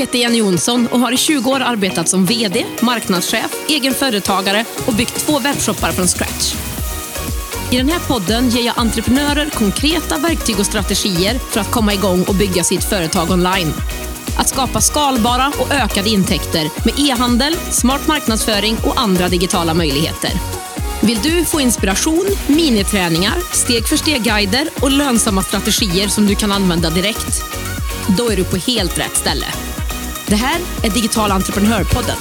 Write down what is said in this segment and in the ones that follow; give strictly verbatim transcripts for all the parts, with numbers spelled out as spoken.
heter Jenny Jonsson och har i tjugo år arbetat som vd, marknadschef, egen företagare och byggt två webbshoppar från scratch. I den här podden ger jag entreprenörer konkreta verktyg och strategier för att komma igång och bygga sitt företag online. Att skapa skalbara och ökade intäkter med e-handel, smart marknadsföring och andra digitala möjligheter. Vill du få inspiration, miniträningar, steg för steg-guider och lönsamma strategier som du kan använda direkt? Då är du på helt rätt ställe. Det här är Digital Entreprenörpodden.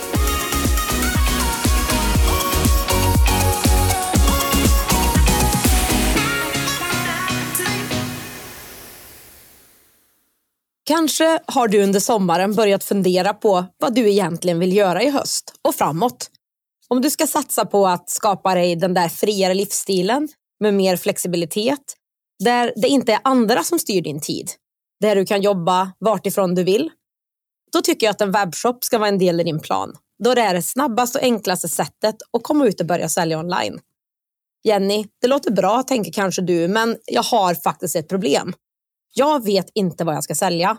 Kanske har du under sommaren börjat fundera på vad du egentligen vill göra i höst och framåt. Om du ska satsa på att skapa dig den där friare livsstilen med mer flexibilitet, där det inte är andra som styr din tid, där du kan jobba vart ifrån du vill, då tycker jag att en webbshop ska vara en del i din plan. Då det är det snabbaste och enklaste sättet att komma ut och börja sälja online. Jenny, det låter bra, tänker kanske du, men jag har faktiskt ett problem. Jag vet inte vad jag ska sälja.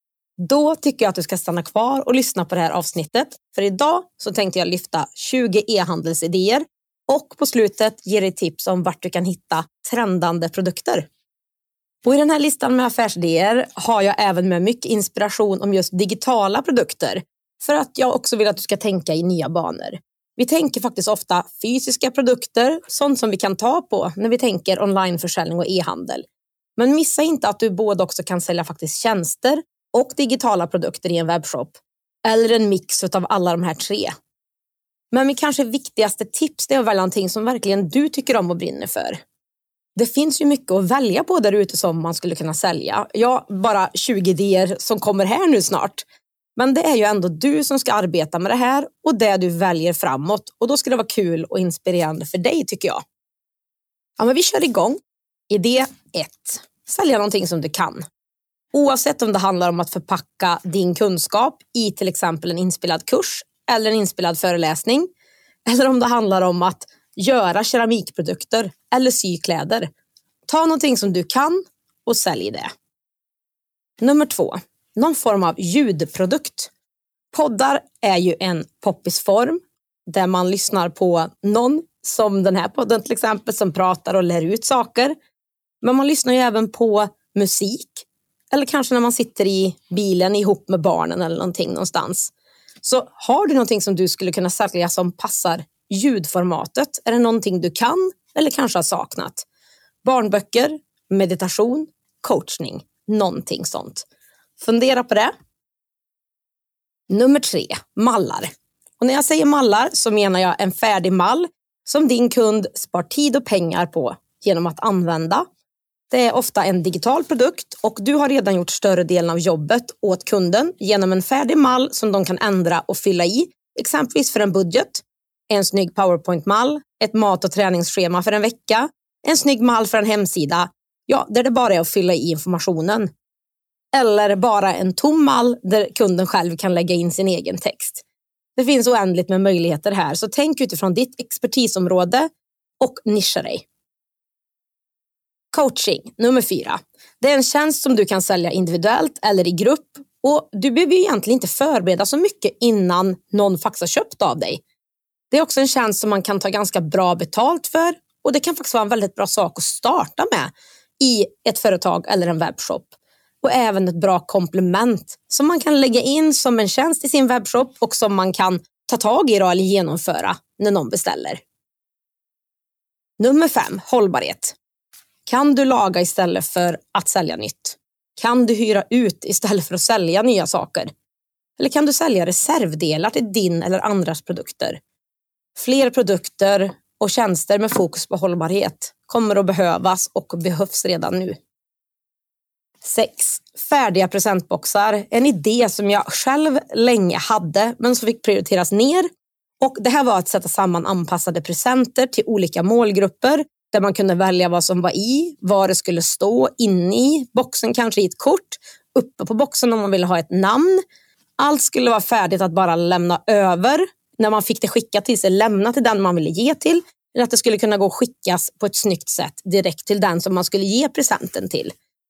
Då tycker jag att du ska stanna kvar och lyssna på det här avsnittet. För idag så tänkte jag lyfta tjugo e-handelsidéer och på slutet ge dig tips om vart du kan hitta trendande produkter. Och i den här listan med affärsidéer har jag även med mycket inspiration om just digitala produkter. För att jag också vill att du ska tänka i nya banor. Vi tänker faktiskt ofta fysiska produkter, sånt som vi kan ta på när vi tänker onlineförsäljning och e-handel. Men missa inte att du både också kan sälja faktiskt tjänster och digitala produkter i en webbshop. Eller en mix av alla de här tre. Men min kanske viktigaste tips är att välja någonting som verkligen du tycker om och brinner för. Det finns ju mycket att välja på där ute som man skulle kunna sälja. Ja, bara tjugo idéer som kommer här nu snart. Men det är ju ändå du som ska arbeta med det här och det du väljer framåt. Och då ska det vara kul och inspirerande för dig, tycker jag. Ja, men vi kör igång. Idé ett. Sälja någonting som du kan. Oavsett om det handlar om att förpacka din kunskap i till exempel en inspelad kurs eller en inspelad föreläsning. Eller om det handlar om att göra keramikprodukter eller sykläder. Ta någonting som du kan och sälj det. Nummer två. Någon form av ljudprodukt. Poddar är ju en poppisform där man lyssnar på någon som den här podden till exempel som pratar och lär ut saker. Men man lyssnar ju även på musik. Eller kanske när man sitter i bilen ihop med barnen eller någonting någonstans. Så har du någonting som du skulle kunna sälja som passar ljudformatet? Är det någonting du kan eller kanske har saknat? Barnböcker, meditation, coachning, någonting sånt. Fundera på det. Nummer tre, mallar. Och när jag säger mallar så menar jag en färdig mall som din kund spar tid och pengar på genom att använda. Det är ofta en digital produkt och du har redan gjort större delen av jobbet åt kunden genom en färdig mall som de kan ändra och fylla i. Exempelvis för en budget, en snygg PowerPoint-mall, ett mat- och träningsschema för en vecka, en snygg mall för en hemsida. Ja, där det bara är att fylla i informationen. Eller bara en tom mall där kunden själv kan lägga in sin egen text. Det finns oändligt med möjligheter här, så tänk utifrån ditt expertisområde och nischa dig. Coaching, nummer fyra. Det är en tjänst som du kan sälja individuellt eller i grupp och du behöver ju egentligen inte förbereda så mycket innan någon faktiskt har köpt av dig. Det är också en tjänst som man kan ta ganska bra betalt för och det kan faktiskt vara en väldigt bra sak att starta med i ett företag eller en webbshop. Och även ett bra komplement som man kan lägga in som en tjänst i sin webbshop och som man kan ta tag i eller genomföra när någon beställer. Nummer fem, hållbarhet. Kan du laga istället för att sälja nytt? Kan du hyra ut istället för att sälja nya saker? Eller kan du sälja reservdelar till din eller andras produkter? Fler produkter och tjänster med fokus på hållbarhet kommer att behövas och behövs redan nu. sex. Färdiga presentboxar. En idé som jag själv länge hade men som fick prioriteras ner. Och det här var att sätta samman anpassade presenter till olika målgrupper. Där man kunde välja vad som var i, vad det skulle stå inne i. Boxen kanske i ett kort. Uppe på boxen om man ville ha ett namn. Allt skulle vara färdigt att bara lämna över. När man fick det skickat till sig, lämna till den man ville ge till. Eller att det skulle kunna gå och skickas på ett snyggt sätt direkt till den som man skulle ge presenten till.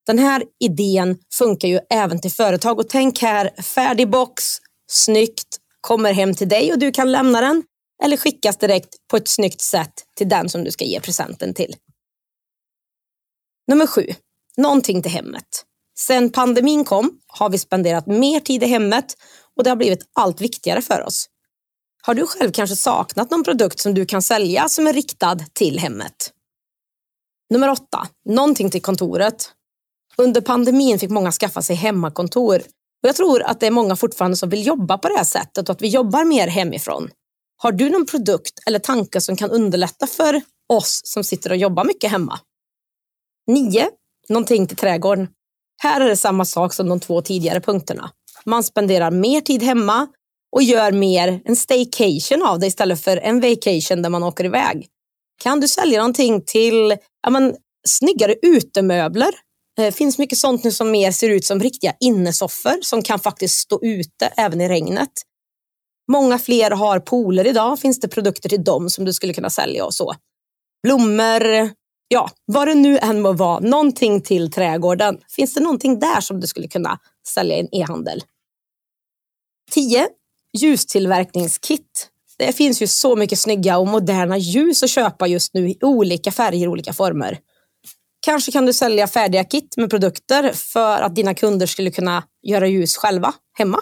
Den här idén funkar ju även till företag. Och tänk här, färdig box, snyggt, kommer hem till dig och du kan lämna den. Eller skickas direkt på ett snyggt sätt till den som du ska ge presenten till. Nummer sju. Någonting till hemmet. Sen pandemin kom har vi spenderat mer tid i hemmet och det har blivit allt viktigare för oss. Har du själv kanske saknat någon produkt som du kan sälja som är riktad till hemmet? Nummer åtta. Någonting till kontoret. Under pandemin fick många skaffa sig hemmakontor. Och jag tror att det är många fortfarande som vill jobba på det här sättet och att vi jobbar mer hemifrån. Har du någon produkt eller tanke som kan underlätta för oss som sitter och jobbar mycket hemma? nio. Någonting till trädgården. Här är det samma sak som de två tidigare punkterna. Man spenderar mer tid hemma och gör mer en staycation av det istället för en vacation där man åker iväg. Kan du sälja någonting till ja, men, snyggare utemöbler? Det finns mycket sånt nu som mer ser ut som riktiga innesoffer som kan faktiskt stå ute även i regnet. Många fler har pooler idag. Finns det produkter till dem som du skulle kunna sälja och så? Blommor, ja, vad det nu än må vara. Någonting till trädgården. Finns det någonting där som du skulle kunna sälja i en e-handel? tio. Ljustillverkningskit. Det finns ju så mycket snygga och moderna ljus att köpa just nu i olika färger och olika former. Kanske kan du sälja färdiga kit med produkter för att dina kunder skulle kunna göra ljus själva hemma.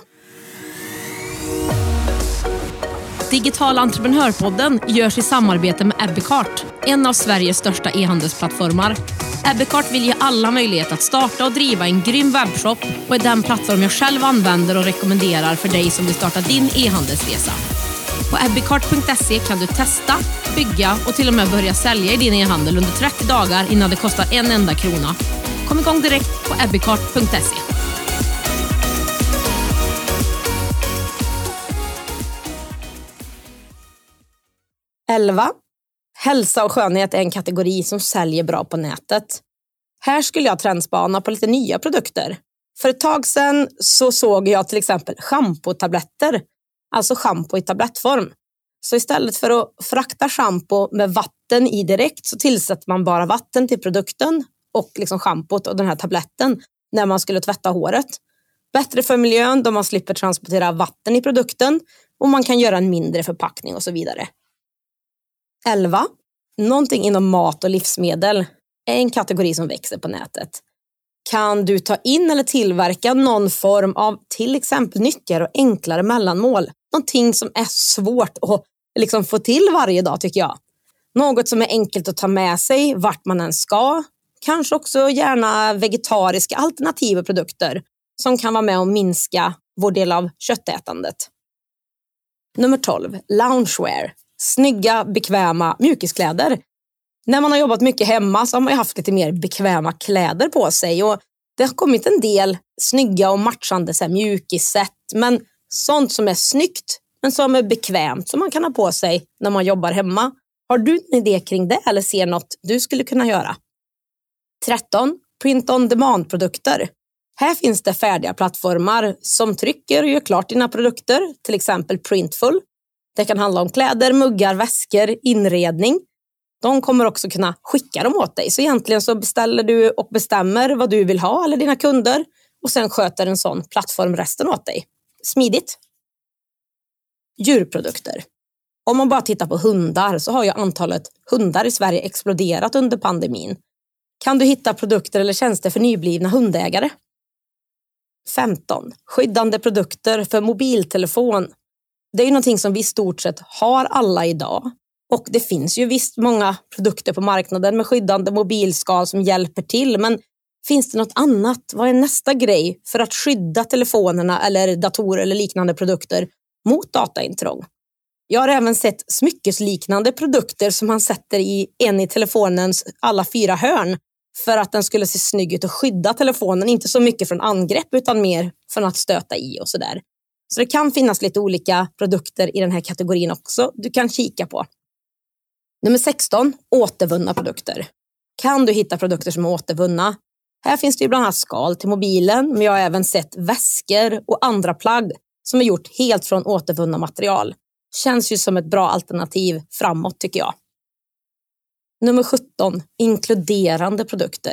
Digital entreprenörpodden görs i samarbete med Ebbecart, en av Sveriges största e-handelsplattformar. Ebbecart vill ge alla möjlighet att starta och driva en grym webbshop och är den plattform jag själv använder och rekommenderar för dig som vill starta din e-handelsresa. På ebbecart punkt se kan du testa, bygga och till och med börja sälja i din e-handel under trettio dagar innan det kostar en enda krona. Kom igång direkt på ebbecart punkt se. elva. Hälsa och skönhet är en kategori som säljer bra på nätet. Här skulle jag trendspana på lite nya produkter. För ett tag sedan så såg jag till exempel shampoo-tabletter. Alltså shampoo i tablettform. Så istället för att frakta shampoo med vatten i direkt så tillsätter man bara vatten till produkten och liksom shampoot och den här tabletten när man skulle tvätta håret. Bättre för miljön då man slipper transportera vatten i produkten och man kan göra en mindre förpackning och så vidare. elva. Någonting inom mat och livsmedel är en kategori som växer på nätet. Kan du ta in eller tillverka någon form av till exempel nyttigare och enklare mellanmål? Någonting som är svårt att liksom få till varje dag tycker jag. Något som är enkelt att ta med sig vart man än ska. Kanske också gärna vegetariska alternativa produkter som kan vara med och minska vår del av köttätandet. Nummer tolv. Loungewear. Snygga, bekväma mjukiskläder. När man har jobbat mycket hemma så har man ju haft lite mer bekväma kläder på sig. Och det har kommit en del snygga och matchande så här, mjukissätt. Men sånt som är snyggt men som är bekvämt som man kan ha på sig när man jobbar hemma. Har du en idé kring det eller ser något du skulle kunna göra? tretton. Print-on-demand-produkter. Här finns det färdiga plattformar som trycker och gör klart dina produkter. Till exempel Printful. Det kan handla om kläder, muggar, väskor, inredning. De kommer också kunna skicka dem åt dig. Så egentligen så beställer du och bestämmer vad du vill ha eller dina kunder. Och sen sköter en sån plattform resten åt dig. Smidigt. Djurprodukter. Om man bara tittar på hundar så har ju antalet hundar i Sverige exploderat under pandemin. Kan du hitta produkter eller tjänster för nyblivna hundägare? femton. Skyddande produkter för mobiltelefon. Det är ju någonting som vi i stort sett har alla idag. Och det finns ju visst många produkter på marknaden med skyddande mobilskal som hjälper till. Men finns det något annat? Vad är nästa grej för att skydda telefonerna eller datorer eller liknande produkter mot dataintrång? Jag har även sett smyckesliknande produkter som man sätter i en i telefonens alla fyra hörn för att den skulle se snygg ut och skydda telefonen. Inte så mycket från angrepp utan mer från att stöta i och sådär. Så det kan finnas lite olika produkter i den här kategorin också du kan kika på. Nummer sexton. Återvunna produkter. Kan du hitta produkter som är återvunna? Här finns det ju bland annat skal till mobilen, men jag har även sett väskor och andra plagg som är gjort helt från återvunna material. Känns ju som ett bra alternativ framåt tycker jag. Nummer sjutton. Inkluderande produkter.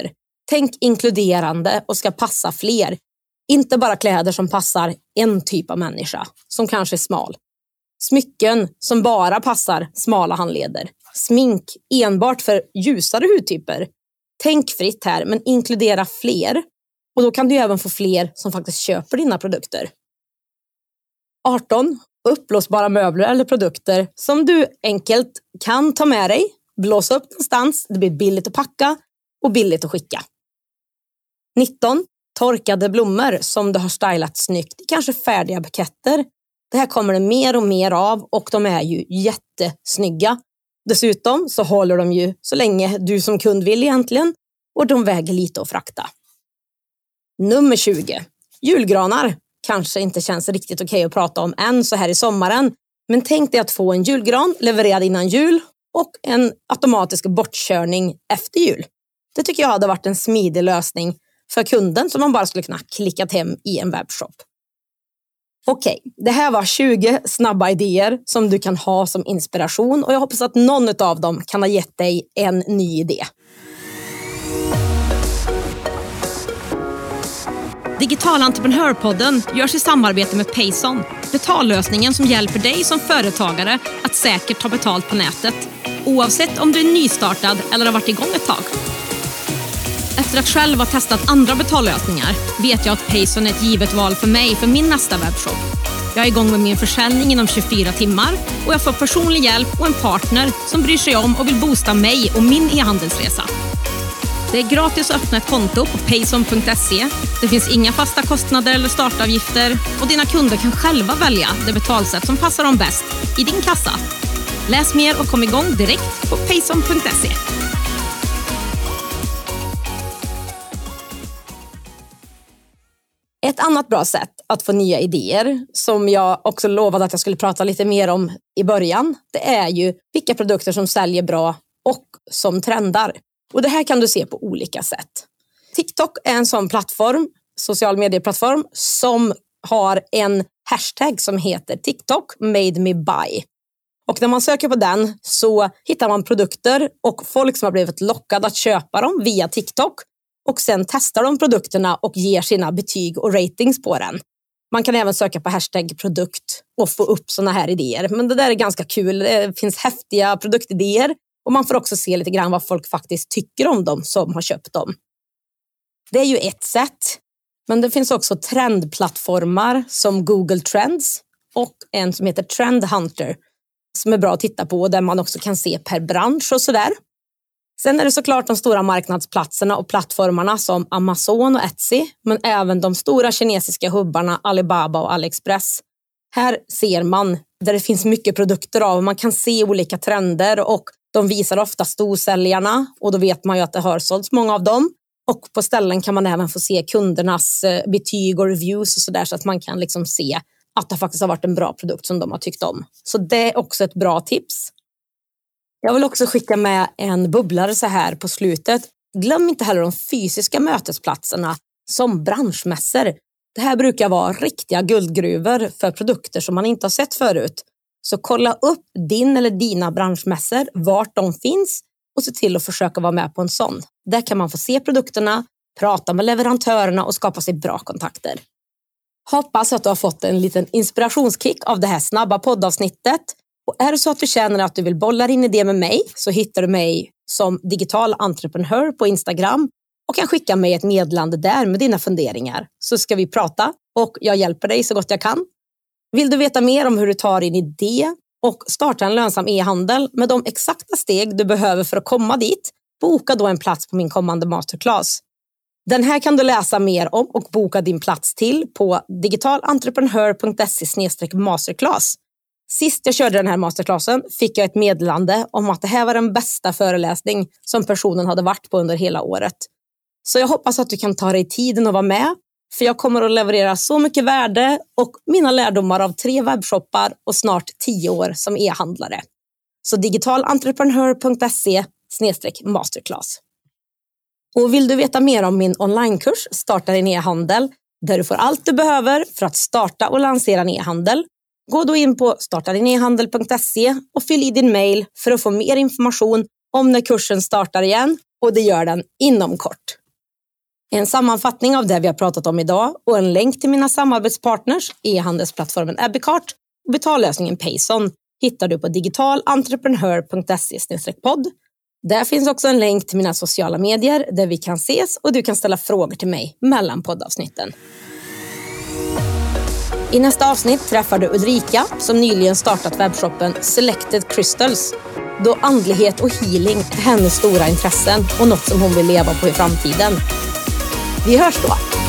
Tänk inkluderande och ska passa fler. Inte bara kläder som passar en typ av människa, som kanske är smal. Smycken som bara passar smala handleder. Smink enbart för ljusare hudtyper. Tänk fritt här, men inkludera fler. Och då kan du även få fler som faktiskt köper dina produkter. arton. Uppblåsbara möbler eller produkter som du enkelt kan ta med dig, blåsa upp någonstans, det blir billigt att packa och billigt att skicka. nitton. Torkade blommor som du har stylat snyggt i kanske färdiga buketter. Det här kommer det mer och mer av och de är ju jättesnygga. Dessutom så håller de ju så länge du som kund vill egentligen och de väger lite att frakta. Nummer tjugo. Julgranar. Kanske inte känns riktigt okej att prata om än så här i sommaren. Men tänk dig att få en julgran levererad innan jul och en automatisk bortkörning efter jul. Det tycker jag hade varit en smidig lösning för kunden som man bara skulle kunna klicka hem i en webbshop. Okej, det här var tjugo snabba idéer som du kan ha som inspiration och jag hoppas att någon av dem kan ha gett dig en ny idé. Digital entreprenörpodden görs i samarbete med Payson. Betallösningen som hjälper dig som företagare att säkert ta betalt på nätet. Oavsett om du är nystartad eller har varit igång ett tag. Efter att själv ha testat andra betallösningar vet jag att Payson är ett givet val för mig för min nästa webbshop. Jag är igång med min försäljning inom tjugofyra timmar och jag får personlig hjälp och en partner som bryr sig om och vill boosta mig och min e-handelsresa. Det är gratis att öppna ett konto på payson punkt se. Det finns inga fasta kostnader eller startavgifter och dina kunder kan själva välja det betalsätt som passar dem bäst i din kassa. Läs mer och kom igång direkt på payson punkt se. Ett annat bra sätt att få nya idéer som jag också lovade att jag skulle prata lite mer om i början, det är ju vilka produkter som säljer bra och som trendar. Och det här kan du se på olika sätt. TikTok är en sån plattform, social medieplattform, som har en hashtag som heter TikTok made me buy. Och när man söker på den så hittar man produkter och folk som har blivit lockade att köpa dem via TikTok. Och sen testar de produkterna och ger sina betyg och ratings på den. Man kan även söka på hashtag produkt och få upp såna här idéer. Men det där är ganska kul. Det finns häftiga produktidéer. Och man får också se lite grann vad folk faktiskt tycker om dem som har köpt dem. Det är ju ett sätt. Men det finns också trendplattformar som Google Trends och en som heter Trend Hunter som är bra att titta på där man också kan se per bransch och sådär. Sen är det såklart de stora marknadsplatserna och plattformarna som Amazon och Etsy, men även de stora kinesiska hubbarna Alibaba och AliExpress. Här ser man där det finns mycket produkter av. Man kan se olika trender och de visar ofta storsäljarna och då vet man ju att det har sålts många av dem. Och på ställen kan man även få se kundernas betyg och reviews och sådär så att man kan liksom se att det faktiskt har varit en bra produkt som de har tyckt om. Så det är också ett bra tips. Jag vill också skicka med en bubblare så här på slutet. Glöm inte heller de fysiska mötesplatserna som branschmässor. Det här brukar vara riktiga guldgruvor för produkter som man inte har sett förut. Så kolla upp din eller dina branschmässor, vart de finns och se till att försöka vara med på en sån. Där kan man få se produkterna, prata med leverantörerna och skapa sig bra kontakter. Hoppas att du har fått en liten inspirationskick av det här snabba poddavsnittet. Och är det så att du känner att du vill bolla in idé med mig så hittar du mig som digital entreprenör på Instagram och kan skicka mig ett meddelande där med dina funderingar. Så ska vi prata och jag hjälper dig så gott jag kan. Vill du veta mer om hur du tar din idé och starta en lönsam e-handel med de exakta steg du behöver för att komma dit, boka då en plats på min kommande masterclass. Den här kan du läsa mer om och boka din plats till på digitalentreprenör punkt se slash masterclass. Sist jag körde den här masterclassen fick jag ett meddelande om att det här var den bästa föreläsning som personen hade varit på under hela året. Så jag hoppas att du kan ta dig tiden och vara med, för jag kommer att leverera så mycket värde och mina lärdomar av tre webbshoppar och snart tio år som e-handlare. Så digitalentreprenör punkt se slash masterclass. Och vill du veta mer om min onlinekurs Starta din e-handel, där du får allt du behöver för att starta och lansera en e-handel, gå då in på starta din e handel punkt se och fyll i din mail för att få mer information om när kursen startar igen, och det gör den inom kort. En sammanfattning av det vi har pratat om idag och en länk till mina samarbetspartners, e-handelsplattformen Ebbecart och betallösningen Payson, hittar du på digitalentreprenör punkt se slash podd. Där finns också en länk till mina sociala medier där vi kan ses och du kan ställa frågor till mig mellan poddavsnitten. I nästa avsnitt träffar du Ulrika som nyligen startat webbshoppen Selected Crystals, då andlighet och healing är hennes stora intressen och något som hon vill leva på i framtiden. Vi hörs då!